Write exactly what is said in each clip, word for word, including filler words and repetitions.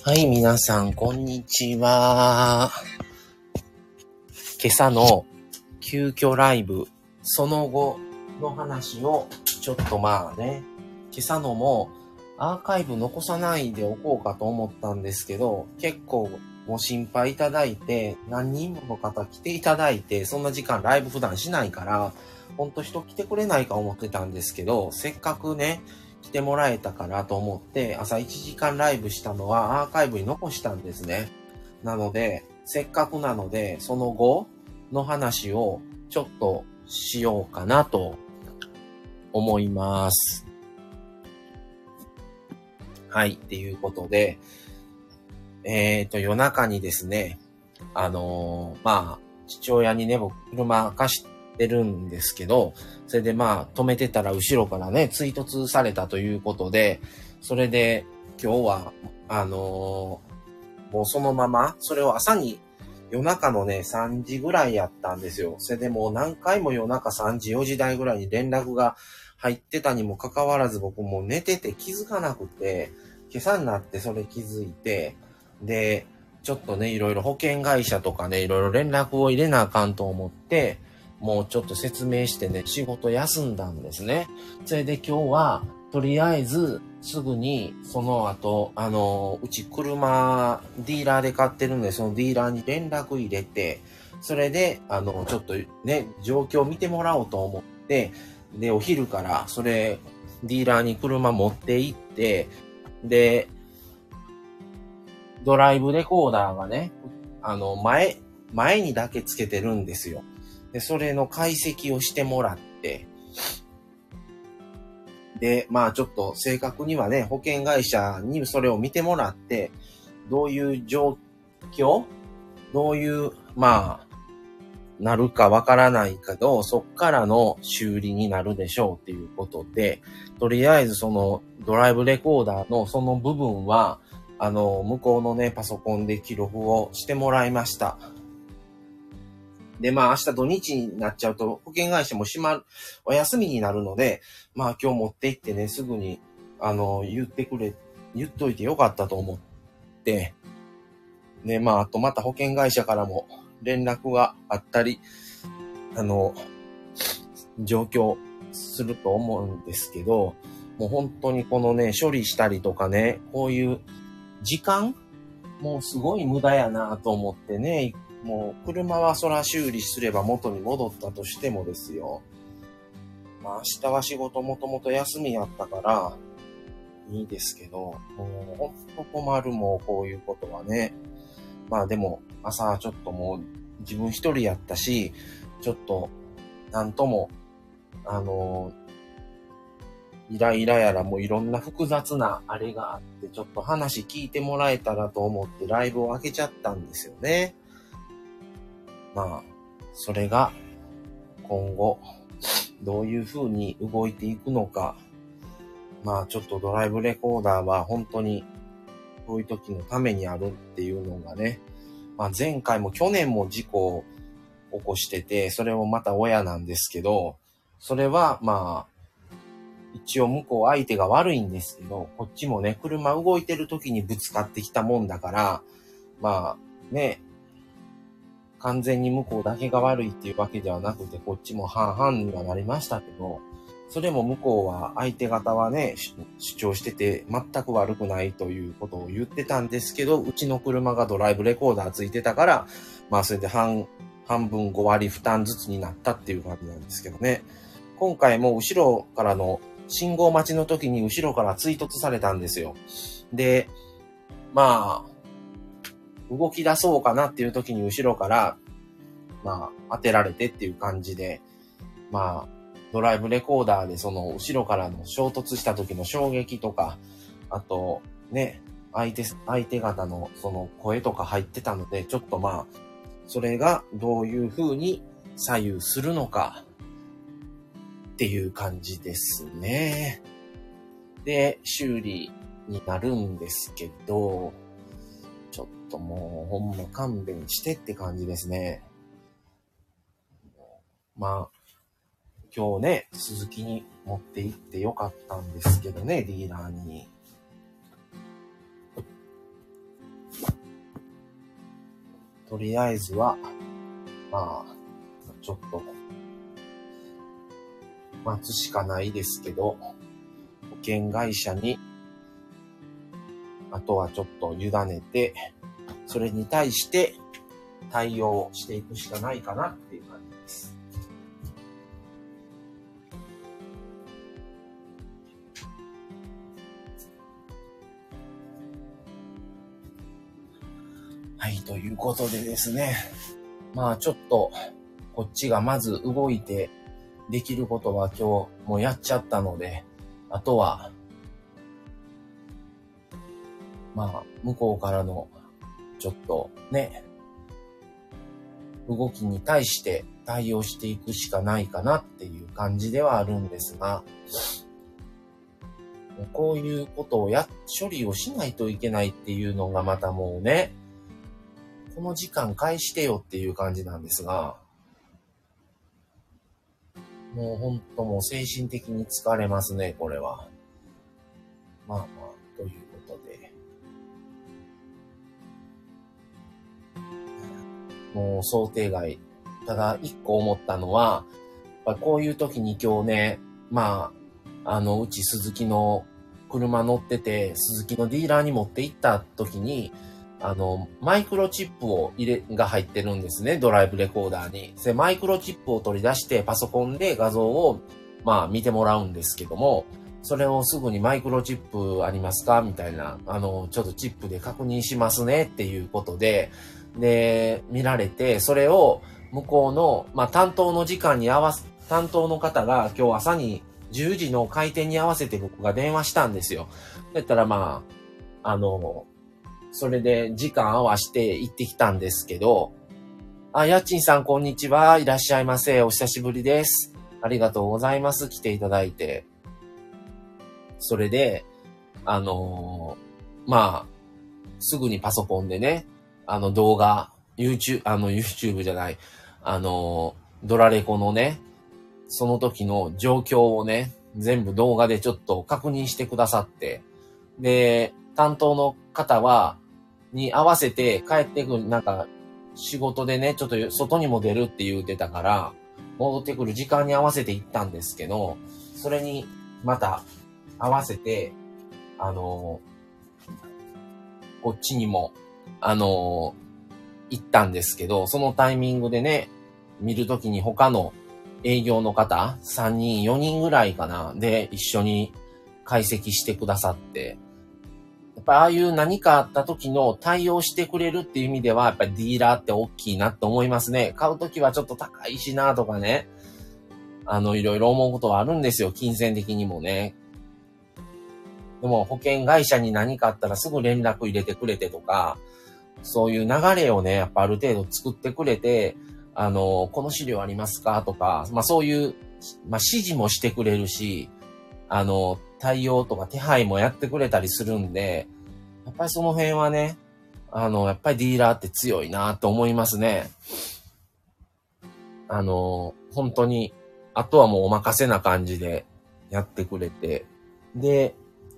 はい、皆さん、こんにちは。今朝の急遽ライブ、その後の話を、ちょっとまあね、今朝のもアーカイブ残さないでおこうかと思ったんですけど、結構ご心配いただいて、何人もの方来ていただいて、そんな時間ライブ普段しないから、ほんと人来てくれないか思ってたんですけど、せっかくね、来てもらえたからと思って朝いちじかんライブしたのはアーカイブに残したんですね。なので、せっかくなので、その後の話をちょっとしようかなと思います。はい、っていうことで、えっと、夜中にですね、あのー、まあ、父親にね、僕車貸してるんですけど、それでまあ止めてたら後ろからね、追突されたということで、それで今日は、あのー、もうそのまま、それを朝に夜中のね、さんじぐらいやったんですよ。それでもう何回も夜中さんじ、よじ台ぐらいに連絡が入ってたにもかかわらず僕もう寝てて気づかなくて、今朝になってそれ気づいて、で、ちょっとね、いろいろ保険会社とかね、いろいろ連絡を入れなあかんと思って、もうちょっと説明してね、仕事休んだんですね。それで今日は、とりあえず、すぐに、その後、あの、うち車、ディーラーで買ってるんで、そのディーラーに連絡入れて、それで、あの、ちょっとね、状況を見てもらおうと思って、で、お昼から、それ、ディーラーに車持って行って、で、ドライブレコーダーがね、あの、前、前にだけつけてるんですよ。で、それの解析をしてもらって、で、まあちょっと正確にはね、保険会社にそれを見てもらって、どういう状況、どういう、まあ、なるかわからないけど、そっからの修理になるでしょうっていうことで、とりあえずそのドライブレコーダーのその部分は、あの、向こうのね、パソコンで記録をしてもらいました。で、まあ明日土日になっちゃうと保険会社も閉まる、お休みになるので、まあ今日持って行ってね、すぐに、あの、言ってくれ、言っといてよかったと思って、で、まああとまた保険会社からも連絡があったり、あの、状況すると思うんですけど、もう本当にこのね、処理したりとかね、こういう時間もうすごい無駄やなと思ってね、もう車はそら修理すれば元に戻ったとしてもですよ。まあ明日は仕事もともと休みやったからいいですけど、もうほんと困るもうこういうことはね。まあでも朝ちょっともう自分一人やったし、ちょっとなんとも、あのイライラやらもういろんな複雑なあれがあって、ちょっと話聞いてもらえたらと思ってライブを開けちゃったんですよね。まあ、それが今後どういう風に動いていくのか。まあちょっとドライブレコーダーは本当にこういう時のためにあるっていうのがね。まあ前回も去年も事故を起こしてて、それもまた親なんですけど、それはまあ、一応向こう相手が悪いんですけど、こっちもね、車動いてる時にぶつかってきたもんだから、まあね、完全に向こうだけが悪いっていうわけではなくて、こっちも半々にはなりましたけど、それも向こうは相手方はね、主張してて全く悪くないということを言ってたんですけど、うちの車がドライブレコーダーついてたから、まあそれで半、半分ご割負担ずつになったっていう感じなんですけどね。今回も後ろからの信号待ちの時に後ろから追突されたんですよ。で、まあ、動き出そうかなっていう時に後ろから、まあ、当てられてっていう感じで、まあ、ドライブレコーダーでその後ろからの衝突した時の衝撃とか、あと、ね、相手、相手方のその声とか入ってたので、ちょっとまあ、それがどういう風に左右するのかっていう感じですね。で、修理になるんですけど、ちょっともうほんま勘弁してって感じですね。まあ、今日ね、鈴木に持って行ってよかったんですけどね、ディーラーに。 とりあえずは、まあ、ちょっと、待つしかないですけど、保険会社に、あとはちょっと委ねて、それに対して対応していくしかないかなっていう感じです。はい、ということでですね。まあちょっと、こっちがまず動いてできることは今日もうやっちゃったので、あとは、まあ向こうからのちょっとね、動きに対して対応していくしかないかなっていう感じではあるんですが、こういうことをや、処理をしないといけないっていうのがまたもうね、この時間返してよっていう感じなんですが、もうほんともう精神的に疲れますね、これは。まあまあ、ということで。もう想定外。ただ一個思ったのは、やっぱこういう時に今日ね、まあ、あの、うち鈴木の車乗ってて、鈴木のディーラーに持って行った時に、あの、マイクロチップを入れ、が入ってるんですね、ドライブレコーダーに。で、マイクロチップを取り出してパソコンで画像を、まあ見てもらうんですけども、それをすぐにマイクロチップありますかみたいな、あの、ちょっとチップで確認しますねっていうことで、で、見られて、それを向こうの、まあ担当の時間に合わせ、担当の方が今日朝にじゅうじの開店に合わせて僕が電話したんですよ。だったらまあ、あの、それで時間合わせて行ってきたんですけど、あ、やっちんさんこんにちは。いらっしゃいませ。お久しぶりです。ありがとうございます。来ていただいて。それで、あのー、まあ、すぐにパソコンでね、あの動画、YouTube、あの YouTube じゃない、あのー、ドラレコのね、その時の状況をね、全部動画でちょっと確認してくださって、で、担当の方は、に合わせて帰ってくる、なんか、仕事でね、ちょっと外にも出るって言ってたから、戻ってくる時間に合わせて行ったんですけど、それにまた合わせて、あの、こっちにも、あの、行ったんですけど、そのタイミングでね、見るときに他の営業の方、さんにん、よにんぐらいかな、で一緒に解析してくださって、やっぱああいう何かあった時の対応してくれるっていう意味では、やっぱりディーラーって大きいなと思いますね。買う時はちょっと高いしなとかね。あの、いろいろ思うことはあるんですよ。金銭的にもね。でも保険会社に何かあったらすぐ連絡入れてくれてとか、そういう流れをね、やっぱある程度作ってくれて、あの、この資料ありますかとか、まあそういう、まあ指示もしてくれるし、あの、対応とか手配もやってくれたりするんで、やっぱりその辺はね、あの、やっぱりディーラーって強いなと思いますね。あの、本当に、あとはもうお任せな感じでやってくれて、で、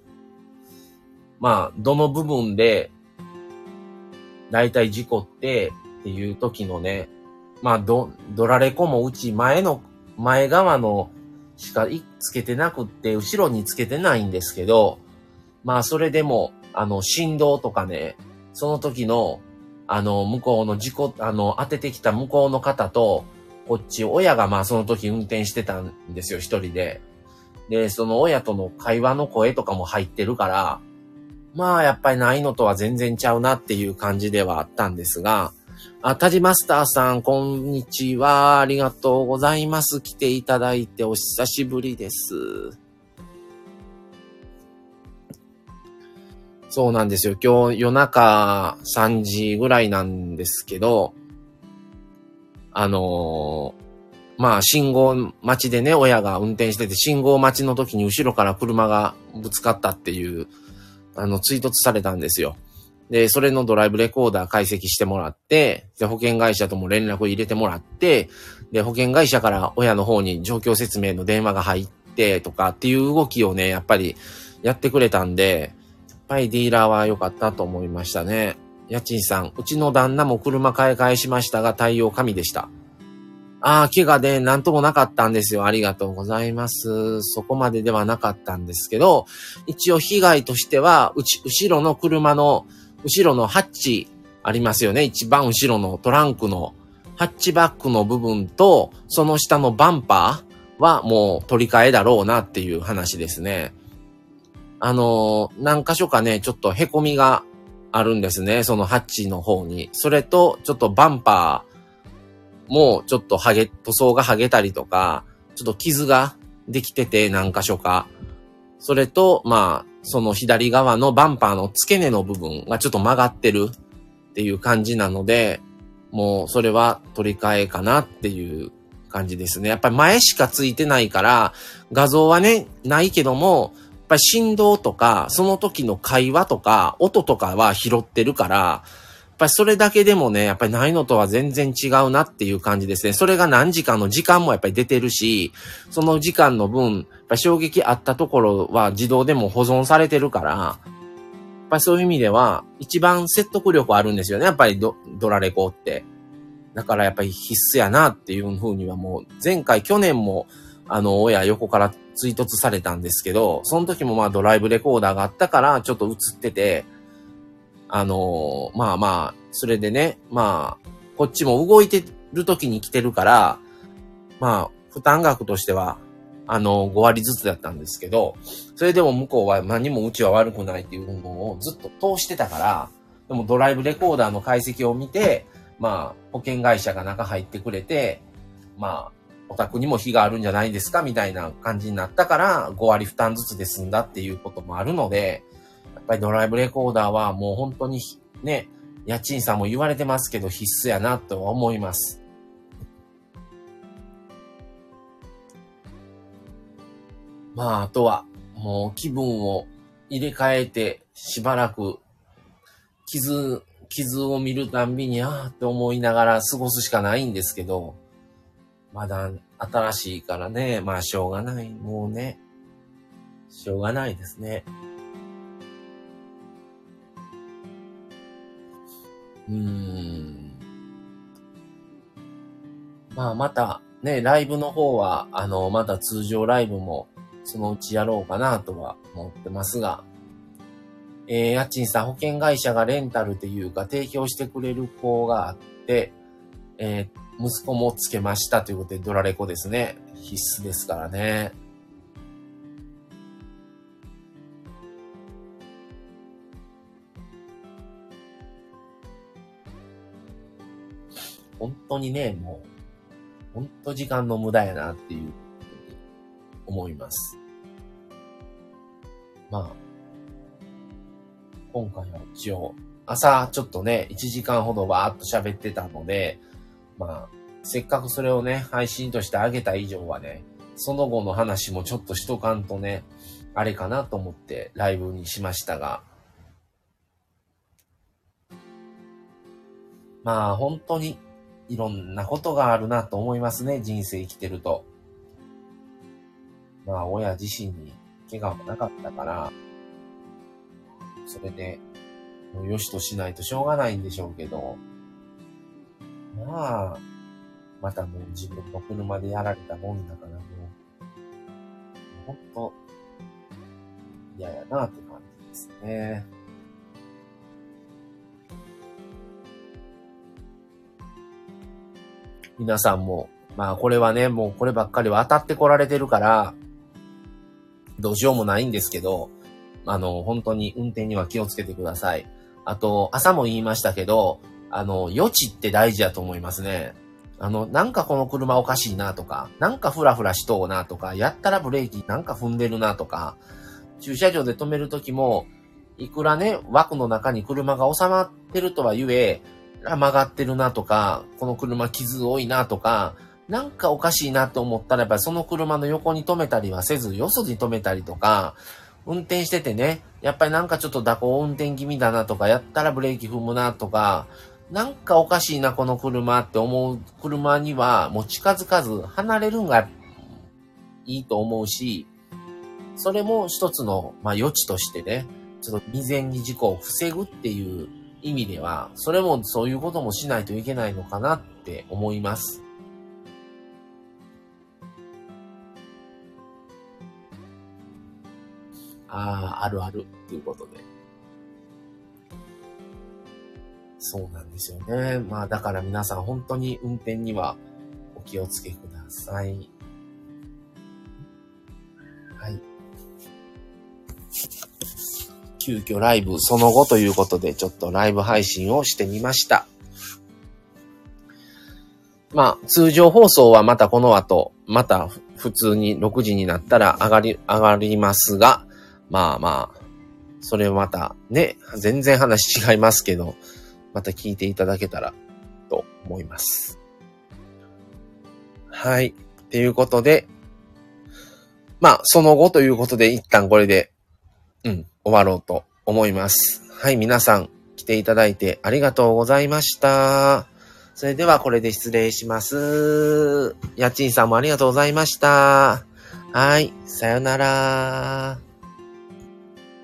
まあ、どの部分で、だいたい事故ってっていう時のね、まあ、ド、ドラレコもうち前の、前側のしかつけてなくって、後ろにつけてないんですけど、まあ、それでも、あの、振動とかね、その時の、あの、向こうの事故、あの、当ててきた向こうの方と、こっち、親がまあ、その時運転してたんですよ、一人で。で、その親との会話の声とかも入ってるから、まあ、やっぱりないのとは全然ちゃうなっていう感じではあったんですが、あ、タジマスターさん、こんにちは。ありがとうございます。来ていただいてお久しぶりです。そうなんですよ。今日夜中さんじぐらいなんですけど、あのー、まあ信号待ちでね、親が運転してて信号待ちの時に後ろから車がぶつかったっていう、あの、追突されたんですよ。で、それのドライブレコーダー解析してもらって、で、保険会社とも連絡を入れてもらって、で、保険会社から親の方に状況説明の電話が入ってとかっていう動きをね、やっぱりやってくれたんで、やっぱりディーラーは良かったと思いましたね。 家賃さん、うちの旦那も車買い替えしましたが対応神でした。ああ、怪我でなんともなかったんですよ。ありがとうございます。そこまでではなかったんですけど、一応被害としては、うち、後ろの車の、後ろのハッチありますよね。一番後ろのトランクのハッチバックの部分と、その下のバンパーはもう取り替えだろうなっていう話ですね。あのー、何箇所かね、ちょっと凹みがあるんですね。そのハッチの方に。それと、ちょっとバンパーもちょっと剥げ、塗装が剥げたりとか、ちょっと傷ができてて何箇所か。それと、まあ、その左側のバンパーの付け根の部分がちょっと曲がってるっていう感じなので、もうそれは取り替えかなっていう感じですね。やっぱり前しかついてないから、画像はね、ないけども、やっぱり振動とか、その時の会話とか、音とかは拾ってるから、やっぱりそれだけでもね、やっぱりないのとは全然違うなっていう感じですね。それが何時間の時間もやっぱり出てるし、その時間の分、やっぱり衝撃あったところは自動でも保存されてるから、やっぱりそういう意味では、一番説得力あるんですよね。やっぱりド、ドラレコって。だからやっぱり必須やなっていう風にはもう、前回去年も、あの、親横から追突されたんですけど、その時もまあドライブレコーダーがあったからちょっと映ってて、あのー、まあまあ、それでね、まあ、こっちも動いてる時に来てるから、まあ、負担額としては、あの、ご割ずつだったんですけど、それでも向こうは何もうちは悪くないっていうのをずっと通してたから、でもドライブレコーダーの解析を見て、まあ、保険会社が中入ってくれて、まあ、お宅にも非があるんじゃないですかみたいな感じになったから、ご割負担ずつで済んだっていうこともあるので、やっぱりドライブレコーダーはもう本当にね、家賃さんも言われてますけど必須やなと思います。まあ、あとは、もう気分を入れ替えて、しばらく、傷、傷を見るたんびに、ああって思いながら過ごすしかないんですけど、まだ新しいからね、まあしょうがない、もうね、しょうがないですね。うーん。まあまた、ね、ライブの方は、あの、また通常ライブも、そのうちやろうかなとは思ってますが、えー、家賃さん、保険会社がレンタルというか提供してくれる子があって、えー、息子もつけましたということでドラレコですね。必須ですからね。本当にね、もう、本当時間の無駄やなっていうふうに思います。まあ、今回は一応、朝ちょっとね、いちじかんほどわーっと喋ってたので、まあ、せっかくそれをね、配信としてあげた以上はね、その後の話もちょっとしとかんとね、あれかなと思ってライブにしましたが、まあ本当にいろんなことがあるなと思いますね、人生生きてると。まあ親自身に怪我もなかったから、それで、もうよしとしないとしょうがないんでしょうけど、まあ、またもう自分の車でやられたもんだからもう、ほんと、嫌やなって感じですね。皆さんも、まあこれはね、もうこればっかりは当たってこられてるから、どうしようもないんですけど、あの、本当に運転には気をつけてください。あと、朝も言いましたけど、あの、予知って大事だと思いますね。あの、なんかこの車おかしいなとか、なんかフラフラしとうなとか、やったらブレーキなんか踏んでるなとか、駐車場で止めるときも、いくらね、枠の中に車が収まってるとはゆえ、曲がってるなとか、この車傷多いなとか、なんかおかしいなと思ったら、やっぱりその車の横に止めたりはせず、よそに止めたりとか、運転しててね、やっぱりなんかちょっと蛇行運転気味だなとか、やったらブレーキ踏むなとか、なんかおかしいなこの車って思う車にはもう近づかず離れるんがいいと思うし、それも一つの、まあ、余地としてね、ちょっと未然に事故を防ぐっていう意味では、それもそういうこともしないといけないのかなって思います。ああ、あるあるっていうことで。そうなんですよね。まあだから皆さん本当に運転にはお気をつけください。はい。急遽ライブその後ということでちょっとライブ配信をしてみました。まあ通常放送はまたこの後、また普通にろくじになったら上がり、上がりますが、まあまあ、それまたね、全然話違いますけど、また聞いていただけたらと思います。はい。っていうことで、まあ、その後ということで一旦これで、うん、終わろうと思います。はい、皆さん来ていただいてありがとうございました。それではこれで失礼します。やっちんさんもありがとうございました。はい、さよなら。